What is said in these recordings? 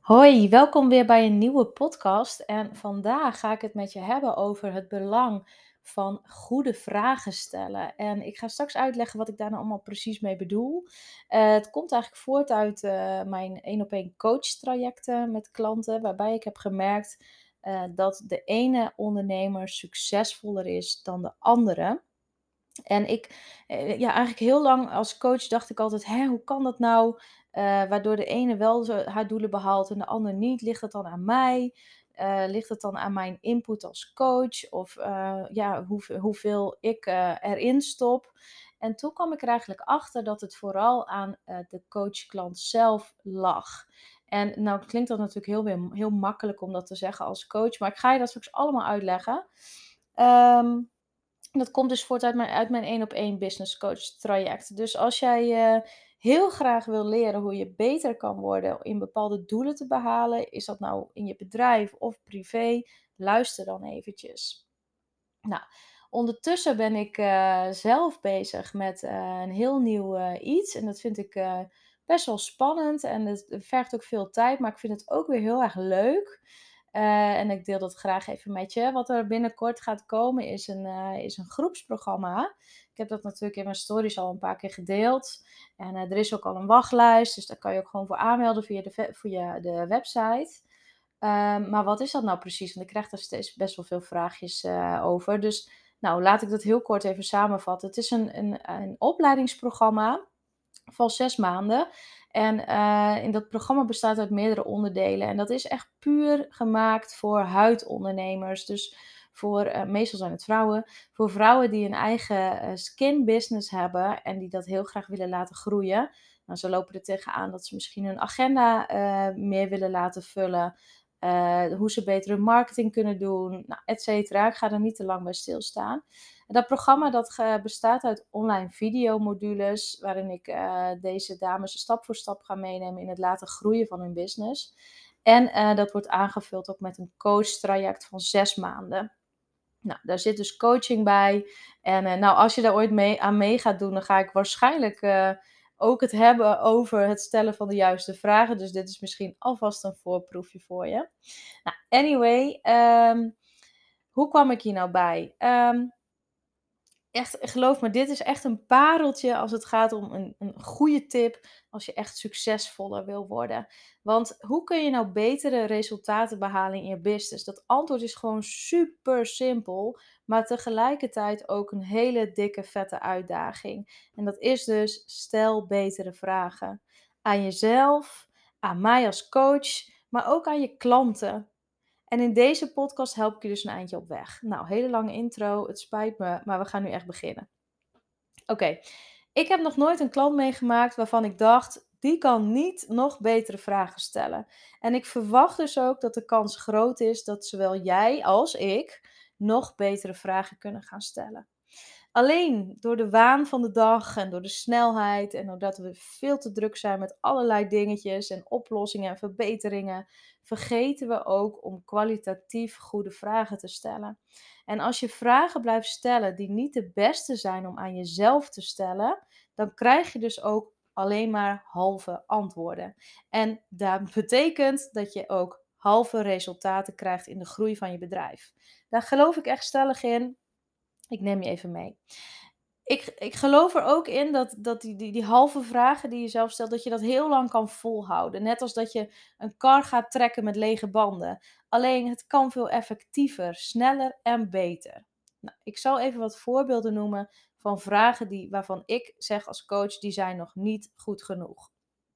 Hoi, welkom weer bij een nieuwe podcast. En vandaag ga ik het met je hebben over het belang van goede vragen stellen. En ik ga straks uitleggen wat ik daar nou allemaal precies mee bedoel. Het komt eigenlijk voort uit mijn 1-op-1 coach trajecten met klanten, waarbij ik heb gemerkt dat de ene ondernemer succesvoller is dan de andere. En ja, eigenlijk heel lang als coach dacht ik altijd: "Hè, hoe kan dat nou? Waardoor de ene wel haar doelen behaalt en de ander niet. Ligt het dan aan mij? Ligt het dan aan mijn input als coach? Of ja, hoeveel ik erin stop?" En toen kwam ik er eigenlijk achter dat het vooral aan de coach-klant zelf lag. En nou klinkt dat natuurlijk heel makkelijk om dat te zeggen als coach, maar ik ga je dat straks allemaal uitleggen. Ehm Dat komt dus voort uit mijn 1-op-1 business coach traject. Dus als jij heel graag wil leren hoe je beter kan worden in bepaalde doelen te behalen, is dat nou in je bedrijf of privé, luister dan eventjes. Nou, ondertussen ben ik zelf bezig met een heel nieuw iets en dat vind ik best wel spannend en het vergt ook veel tijd, maar ik vind het ook weer heel erg leuk. En ik deel dat graag even met je. Wat er binnenkort gaat komen is een groepsprogramma. Ik heb dat natuurlijk in mijn stories al een paar keer gedeeld. En er is ook al een wachtlijst, dus daar kan je ook gewoon voor aanmelden via de website. Maar wat is dat nou precies? Want ik krijg daar steeds best wel veel vraagjes over. Dus nou, laat ik dat heel kort even samenvatten. Het is een opleidingsprogramma van 6 maanden. En in dat programma bestaat uit meerdere onderdelen. En dat is echt puur gemaakt voor huidondernemers. Dus voor, meestal zijn het vrouwen, voor vrouwen die een eigen skin business hebben en die dat heel graag willen laten groeien. Nou, ze lopen er tegenaan dat ze misschien hun agenda meer willen laten vullen. Hoe ze beter hun marketing kunnen doen, nou, et cetera. Ik ga er niet te lang bij stilstaan. En dat programma bestaat uit online videomodules, waarin ik deze dames stap voor stap ga meenemen in het laten groeien van hun business. En dat wordt aangevuld ook met een coach-traject van 6 maanden. Nou, daar zit dus coaching bij. En nou, als je daar ooit aan mee gaat doen, dan ga ik waarschijnlijk ook het hebben over het stellen van de juiste vragen. Dus dit is misschien alvast een voorproefje voor je. Nou, anyway, hoe kwam ik hier nou bij? Echt, geloof me, dit is echt een pareltje als het gaat om een goede tip als je echt succesvoller wil worden. Want hoe kun je nou betere resultaten behalen in je business? Dat antwoord is gewoon super simpel, maar tegelijkertijd ook een hele dikke vette uitdaging. En dat is dus: stel betere vragen. Aan jezelf, aan mij als coach, maar ook aan je klanten. En in deze podcast help ik je dus een eindje op weg. Nou, hele lange intro, het spijt me, maar we gaan nu echt beginnen. Oké, ik heb nog nooit een klant meegemaakt waarvan ik dacht: die kan niet nog betere vragen stellen. En ik verwacht dus ook dat de kans groot is dat zowel jij als ik nog betere vragen kunnen gaan stellen. Alleen door de waan van de dag en door de snelheid en doordat we veel te druk zijn met allerlei dingetjes en oplossingen en verbeteringen, vergeten we ook om kwalitatief goede vragen te stellen. En als je vragen blijft stellen die niet de beste zijn om aan jezelf te stellen, dan krijg je dus ook alleen maar halve antwoorden. En dat betekent dat je ook halve resultaten krijgt in de groei van je bedrijf. Daar geloof ik echt stellig in. Ik neem je even mee. Ik geloof er ook in dat die halve vragen die je zelf stelt, dat je dat heel lang kan volhouden. Net als dat je een kar gaat trekken met lege banden. Alleen het kan veel effectiever, sneller en beter. Nou, ik zal even wat voorbeelden noemen van vragen waarvan ik zeg als coach, die zijn nog niet goed genoeg.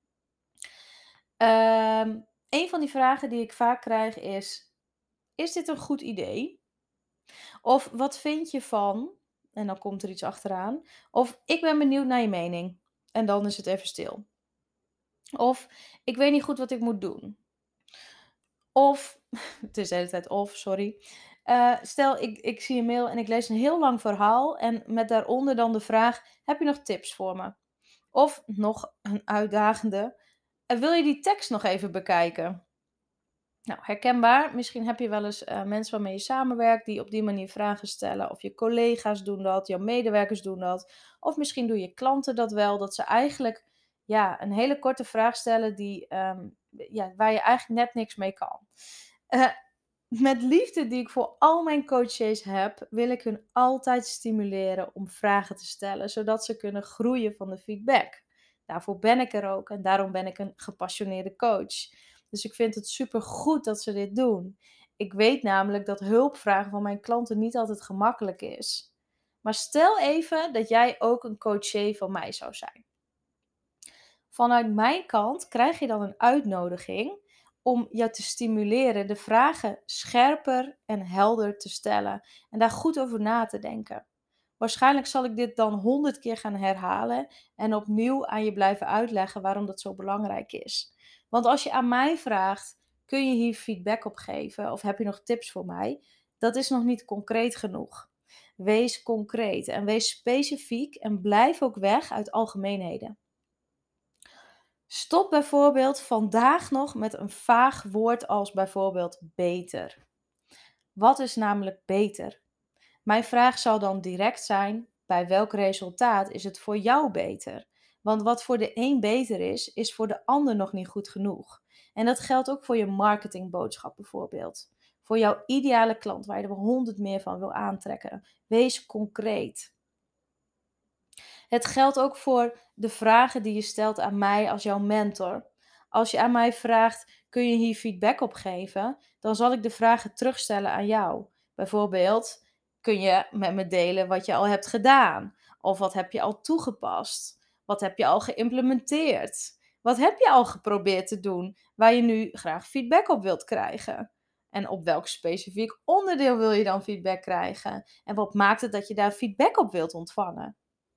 Een van die vragen die ik vaak krijg is: is dit een goed idee? Of wat vind je van? En dan komt er iets achteraan. Of ik ben benieuwd naar je mening. En dan is het even stil. Of ik weet niet goed wat ik moet doen. Of, het is de hele tijd of, sorry. Stel, ik zie een mail en ik lees een heel lang verhaal. En met daaronder dan de vraag: heb je nog tips voor me? Of nog een uitdagende: wil je die tekst nog even bekijken? Nou, herkenbaar. Misschien heb je wel eens mensen waarmee je samenwerkt die op die manier vragen stellen. Of je collega's doen dat, jouw medewerkers doen dat. Of misschien doen je klanten dat wel, dat ze eigenlijk Ja, een hele korte vraag stellen ja, waar je eigenlijk net niks mee kan. Eh, met liefde die ik voor al mijn coaches heb, wil ik hun altijd stimuleren om vragen te stellen, zodat ze kunnen groeien van de feedback. Daarvoor ben ik er ook en daarom ben ik een gepassioneerde coach. Dus ik vind het super goed dat ze dit doen. Ik weet namelijk dat hulpvragen van mijn klanten niet altijd gemakkelijk is. Maar stel even dat jij ook een coachee van mij zou zijn. Vanuit mijn kant krijg je dan een uitnodiging om je te stimuleren de vragen scherper en helder te stellen en daar goed over na te denken. Waarschijnlijk zal ik dit dan 100 keer gaan herhalen en opnieuw aan je blijven uitleggen waarom dat zo belangrijk is. Want als je aan mij vraagt, kun je hier feedback op geven of heb je nog tips voor mij? Dat is nog niet concreet genoeg. Wees concreet en wees specifiek en blijf ook weg uit algemeenheden. Stop bijvoorbeeld vandaag nog met een vaag woord als bijvoorbeeld beter. Wat is namelijk beter? Mijn vraag zal dan direct zijn: bij welk resultaat is het voor jou beter? Want wat voor de een beter is, is voor de ander nog niet goed genoeg. En dat geldt ook voor je marketingboodschap bijvoorbeeld. Voor jouw ideale klant waar je er 100 meer van wil aantrekken. Wees concreet. Het geldt ook voor de vragen die je stelt aan mij als jouw mentor. Als je aan mij vraagt: kun je hier feedback op geven? Dan zal ik de vragen terugstellen aan jou. Bijvoorbeeld: kun je met me delen wat je al hebt gedaan? Of wat heb je al toegepast? Wat heb je al geïmplementeerd? Wat heb je al geprobeerd te doen waar je nu graag feedback op wilt krijgen? En op welk specifiek onderdeel wil je dan feedback krijgen? En wat maakt het dat je daar feedback op wilt ontvangen?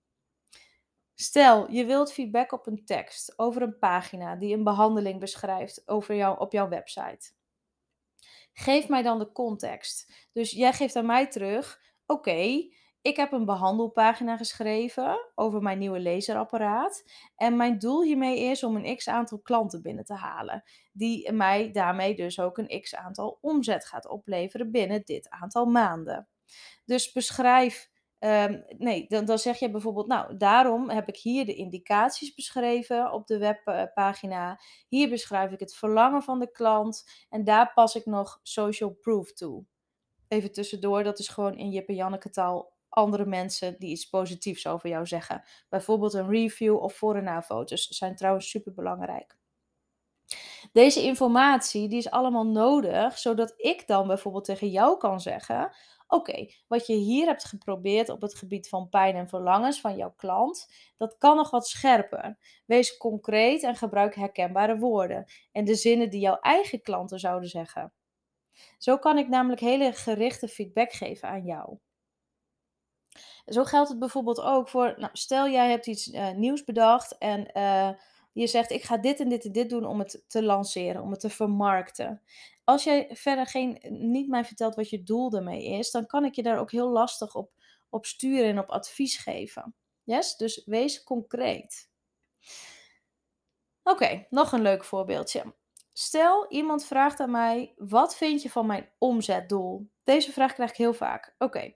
Stel, je wilt feedback op een tekst over een pagina die een behandeling beschrijft over op jouw website. Geef mij dan de context. Dus jij geeft aan mij terug: oké, ik heb een behandelpagina geschreven over mijn nieuwe laserapparaat. En mijn doel hiermee is om een x aantal klanten binnen te halen. Die mij daarmee dus ook een x aantal omzet gaat opleveren binnen dit aantal maanden. Dus beschrijf, nee, dan zeg je bijvoorbeeld, nou, daarom heb ik hier de indicaties beschreven op de webpagina. Hier beschrijf ik het verlangen van de klant en daar pas ik nog social proof toe. Even tussendoor, dat is gewoon in Jip en Janneke taal andere mensen die iets positiefs over jou zeggen. Bijvoorbeeld een review of voor- en na-foto's zijn trouwens super belangrijk. Deze informatie die is allemaal nodig, zodat ik dan bijvoorbeeld tegen jou kan zeggen: oké, wat je hier hebt geprobeerd op het gebied van pijn en verlangens van jouw klant, dat kan nog wat scherper. Wees concreet en gebruik herkenbare woorden en de zinnen die jouw eigen klanten zouden zeggen. Zo kan ik namelijk hele gerichte feedback geven aan jou. Zo geldt het bijvoorbeeld ook voor, nou, stel jij hebt iets nieuws bedacht en je zegt: ik ga dit en dit en dit doen om het te lanceren, om het te vermarkten. Als jij verder niet mij vertelt wat je doel ermee is, dan kan ik je daar ook heel lastig op sturen en op advies geven. Yes? Dus wees concreet. Oké, nog een leuk voorbeeldje. Stel, iemand vraagt aan mij: wat vind je van mijn omzetdoel? Deze vraag krijg ik heel vaak. Oké,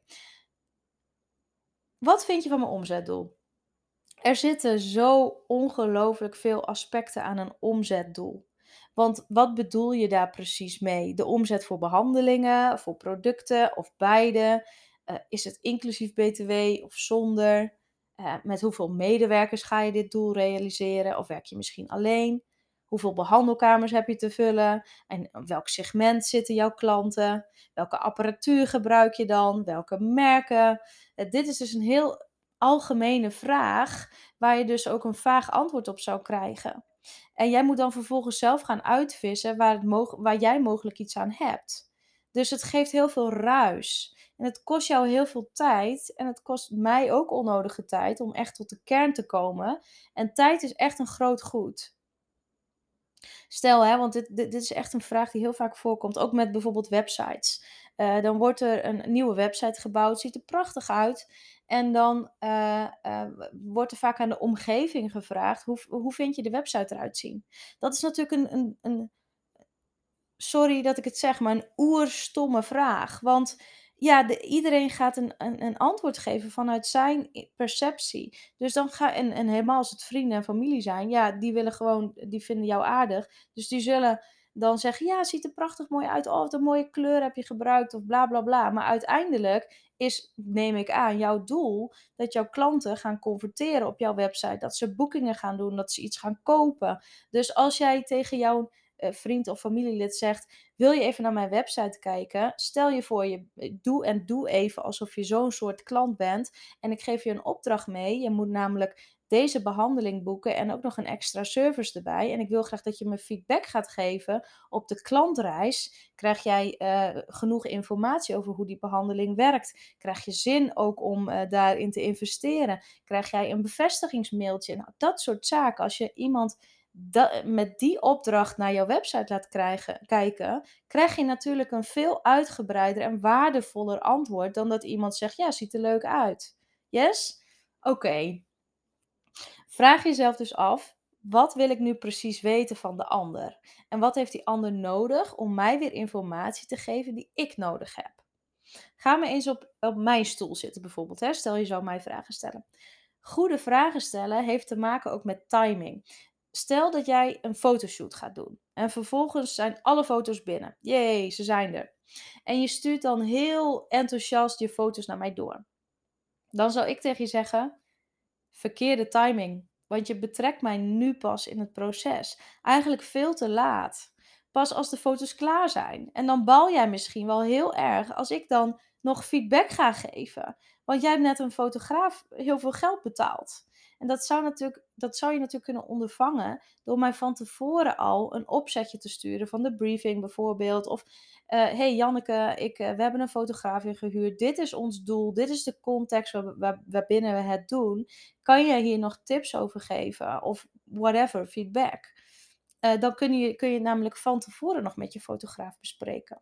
wat vind je van mijn omzetdoel? Er zitten zo ongelooflijk veel aspecten aan een omzetdoel. Want wat bedoel je daar precies mee? De omzet voor behandelingen, voor producten of beide? Is het inclusief BTW of zonder? Met hoeveel medewerkers ga je dit doel realiseren? Of werk je misschien alleen? Hoeveel behandelkamers heb je te vullen? En op welk segment zitten jouw klanten? Welke apparatuur gebruik je dan? Welke merken? Dit is dus een heel algemene vraag waar je dus ook een vaag antwoord op zou krijgen. En jij moet dan vervolgens zelf gaan uitvissen waar jij mogelijk iets aan hebt. Dus het geeft heel veel ruis. En het kost jou heel veel tijd. En het kost mij ook onnodige tijd om echt tot de kern te komen. En tijd is echt een groot goed. Stel, hè, want dit is echt een vraag die heel vaak voorkomt, ook met bijvoorbeeld websites. Dan wordt er een nieuwe website gebouwd, ziet er prachtig uit. En dan wordt er vaak aan de omgeving gevraagd: hoe vind je de website eruit zien? Dat is natuurlijk sorry dat ik het zeg, maar een oerstomme vraag. Want Ja, iedereen gaat een antwoord geven vanuit zijn perceptie. Dus dan en helemaal als het vrienden en familie zijn, ja, die willen gewoon die vinden jou aardig. Dus die zullen dan zeggen: "Ja, ziet er prachtig mooi uit. Oh, wat een mooie kleur heb je gebruikt," of bla bla bla. Maar uiteindelijk is, neem ik aan, jouw doel dat jouw klanten gaan converteren op jouw website, dat ze boekingen gaan doen, dat ze iets gaan kopen. Dus als jij tegen jouw, vriend of familielid zegt: "Wil je even naar mijn website kijken?" Stel je voor, doe even alsof je zo'n soort klant bent en ik geef je een opdracht mee. Je moet namelijk deze behandeling boeken en ook nog een extra service erbij. En ik wil graag dat je me feedback gaat geven op de klantreis. Krijg jij genoeg informatie over hoe die behandeling werkt? Krijg je zin ook om daarin te investeren? Krijg jij een bevestigingsmailtje? Nou, dat soort zaken. Als je iemand met die opdracht naar jouw website laat kijken, krijg je natuurlijk een veel uitgebreider en waardevoller antwoord dan dat iemand zegt: "Ja, ziet er leuk uit." Yes? Oké. Vraag jezelf dus af: wat wil ik nu precies weten van de ander? En wat heeft die ander nodig om mij weer informatie te geven die ik nodig heb? Ga maar eens op mijn stoel zitten bijvoorbeeld. Hè? Stel je zou mij vragen stellen. Goede vragen stellen heeft te maken ook met timing. Stel dat jij een fotoshoot gaat doen en vervolgens zijn alle foto's binnen. Jee, ze zijn er. En je stuurt dan heel enthousiast je foto's naar mij door. Dan zou ik tegen je zeggen: verkeerde timing, want je betrekt mij nu pas in het proces. Eigenlijk veel te laat. Pas als de foto's klaar zijn. En dan bal jij misschien wel heel erg als ik dan nog feedback ga geven. Want jij hebt net een fotograaf heel veel geld betaald. En dat zou je natuurlijk kunnen ondervangen door mij van tevoren al een opzetje te sturen van de briefing bijvoorbeeld. Of hey Janneke, we hebben een fotograaf ingehuurd. Dit is ons doel. Dit is de context waarbinnen we het doen. Kan je hier nog tips over geven? Of whatever, feedback. Dan kun je het namelijk van tevoren nog met je fotograaf bespreken.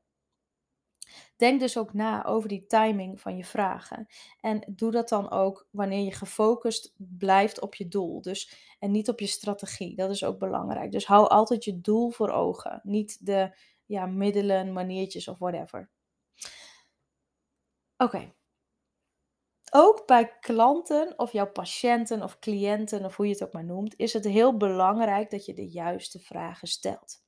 Denk dus ook na over die timing van je vragen. En doe dat dan ook wanneer je gefocust blijft op je doel. Dus, en niet op je strategie. Dat is ook belangrijk. Dus hou altijd je doel voor ogen. Niet de middelen, maniertjes of whatever. Oké. Ook bij klanten of jouw patiënten of cliënten of hoe je het ook maar noemt, is het heel belangrijk dat je de juiste vragen stelt.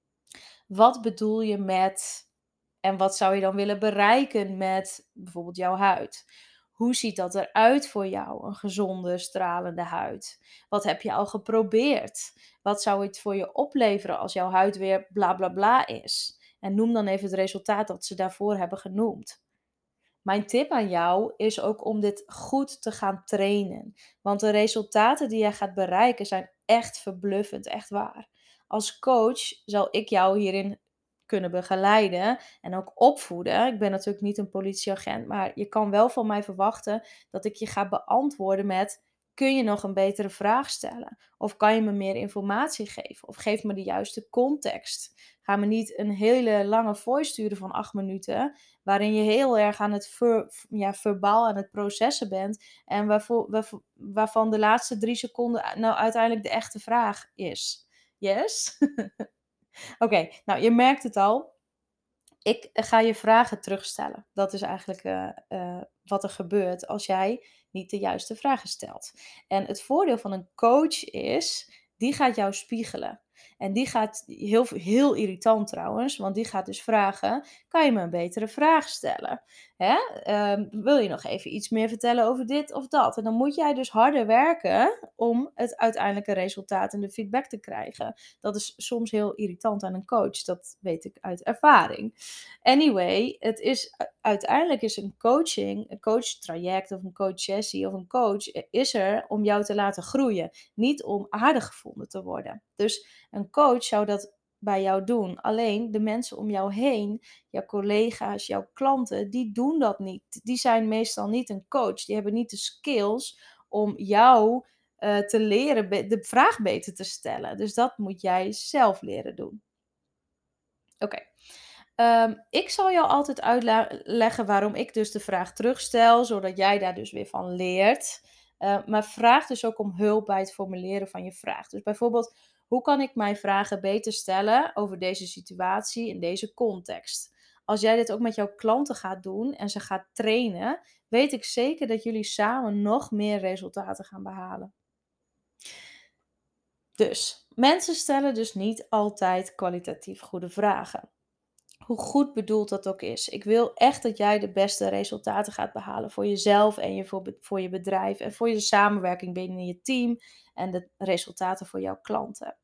Wat bedoel je met en wat zou je dan willen bereiken met bijvoorbeeld jouw huid? Hoe ziet dat eruit voor jou, een gezonde, stralende huid? Wat heb je al geprobeerd? Wat zou het voor je opleveren als jouw huid weer bla bla bla is? En noem dan even het resultaat dat ze daarvoor hebben genoemd. Mijn tip aan jou is ook om dit goed te gaan trainen. Want de resultaten die jij gaat bereiken zijn echt verbluffend, echt waar. Als coach zal ik jou hierin kunnen begeleiden en ook opvoeden. Ik ben natuurlijk niet een politieagent, maar je kan wel van mij verwachten dat ik je ga beantwoorden met: kun je nog een betere vraag stellen? Of kan je me meer informatie geven? Of geef me de juiste context. Ga me niet een hele lange voice sturen van 8 minuten waarin je heel erg aan het verbaal aan het processen bent. En waarvan de laatste 3 seconden nou uiteindelijk de echte vraag is. Yes? Oké, nou je merkt het al. Ik ga je vragen terugstellen. Dat is eigenlijk wat er gebeurt als jij niet de juiste vragen stelt. En het voordeel van een coach is, die gaat jou spiegelen. En die gaat heel irritant trouwens, want die gaat dus vragen: kan je me een betere vraag stellen? Hè? Wil je nog even iets meer vertellen over dit of dat? En dan moet jij dus harder werken om het uiteindelijke resultaat en de feedback te krijgen. Dat is soms heel irritant aan een coach, dat weet ik uit ervaring. Anyway, uiteindelijk is een coachtraject of een coachsessie of een coach is er om jou te laten groeien, niet om aardig gevonden te worden. Dus een coach zou dat bij jou doen. Alleen de mensen om jou heen, jouw collega's, jouw klanten, die doen dat niet. Die zijn meestal niet een coach. Die hebben niet de skills om jou te leren de vraag beter te stellen. Dus dat moet jij zelf leren doen. Oké. Ik zal jou altijd uitleggen waarom ik dus de vraag terugstel, zodat jij daar dus weer van leert. Maar vraag dus ook om hulp bij het formuleren van je vraag. Dus bijvoorbeeld, hoe kan ik mijn vragen beter stellen over deze situatie in deze context? Als jij dit ook met jouw klanten gaat doen en ze gaat trainen, weet ik zeker dat jullie samen nog meer resultaten gaan behalen. Dus, mensen stellen dus niet altijd kwalitatief goede vragen. Hoe goed bedoeld dat ook is. Ik wil echt dat jij de beste resultaten gaat behalen voor jezelf en voor je bedrijf en voor je samenwerking binnen je team en de resultaten voor jouw klanten.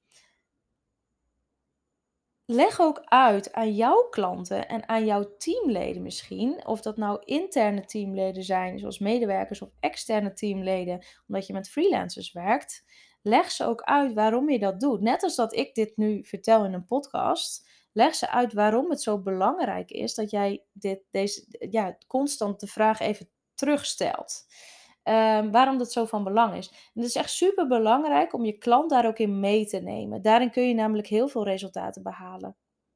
Leg ook uit aan jouw klanten en aan jouw teamleden misschien, of dat nou interne teamleden zijn, zoals medewerkers, of externe teamleden, omdat je met freelancers werkt. Leg ze ook uit waarom je dat doet. Net als dat ik dit nu vertel in een podcast, leg ze uit waarom het zo belangrijk is dat jij constant de vraag even terugstelt. Waarom dat zo van belang is. En het is echt super belangrijk om je klant daar ook in mee te nemen. Daarin kun je namelijk heel veel resultaten behalen.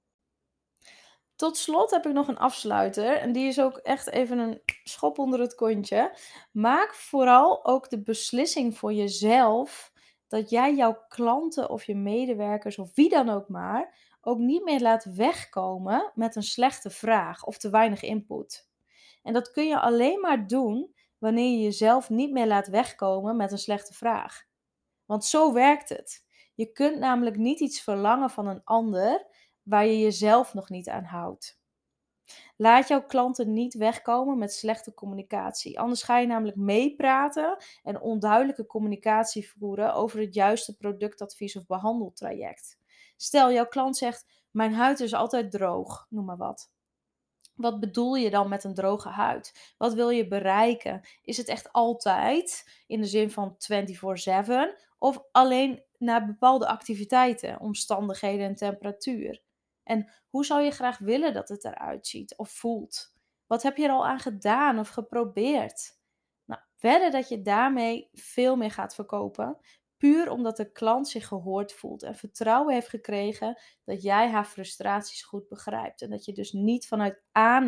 Tot slot heb ik nog een afsluiter. En die is ook echt even een schop onder het kontje. Maak vooral ook de beslissing voor jezelf dat jij jouw klanten of je medewerkers of wie dan ook maar ook niet meer laat wegkomen met een slechte vraag of te weinig input. En dat kun je alleen maar doen wanneer je jezelf niet meer laat wegkomen met een slechte vraag. Want zo werkt het. Je kunt namelijk niet iets verlangen van een ander waar je jezelf nog niet aan houdt. Laat jouw klanten niet wegkomen met slechte communicatie. Anders ga je namelijk meepraten en onduidelijke communicatie voeren over het juiste productadvies of behandeltraject. Stel, jouw klant zegt: mijn huid is altijd droog, noem maar wat. Wat bedoel je dan met een droge huid? Wat wil je bereiken? Is het echt altijd in de zin van 24/7 of alleen na bepaalde activiteiten, omstandigheden en temperatuur? En hoe zou je graag willen dat het eruit ziet of voelt? Wat heb je er al aan gedaan of geprobeerd? Nou, wedden dat je daarmee veel meer gaat verkopen, puur omdat de klant zich gehoord voelt en vertrouwen heeft gekregen dat jij haar frustraties goed begrijpt. En dat je dus niet vanuit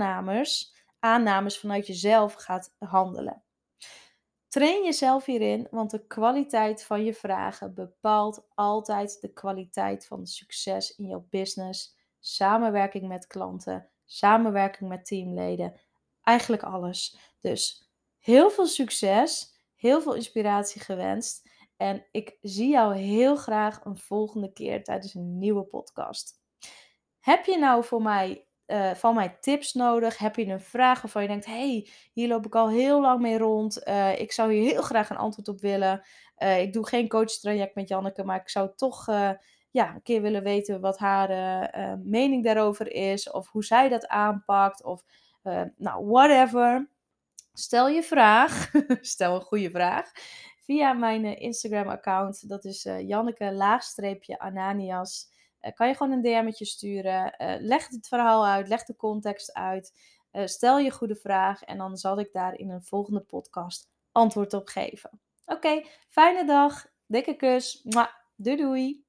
aannames vanuit jezelf gaat handelen. Train jezelf hierin, want de kwaliteit van je vragen bepaalt altijd de kwaliteit van het succes in jouw business, samenwerking met klanten, samenwerking met teamleden, eigenlijk alles. Dus heel veel succes, heel veel inspiratie gewenst en ik zie jou heel graag een volgende keer tijdens een nieuwe podcast. Heb je nou van mij tips nodig? Heb je een vraag waarvan je denkt: hey, hier loop ik al heel lang mee rond. Ik zou hier heel graag een antwoord op willen. Ik doe geen coachtraject met Janneke, maar ik zou toch een keer willen weten wat haar mening daarover is. Of hoe zij dat aanpakt. Of nou, whatever. Stel je vraag. Stel een goede vraag. Via mijn Instagram-account. Dat is Janneke_Ananias. Kan je gewoon een DM'tje sturen. Leg het verhaal uit. Leg de context uit. Stel je goede vraag. En dan zal ik daar in een volgende podcast antwoord op geven. Oké, fijne dag. Dikke kus. Mwah. Doei doei.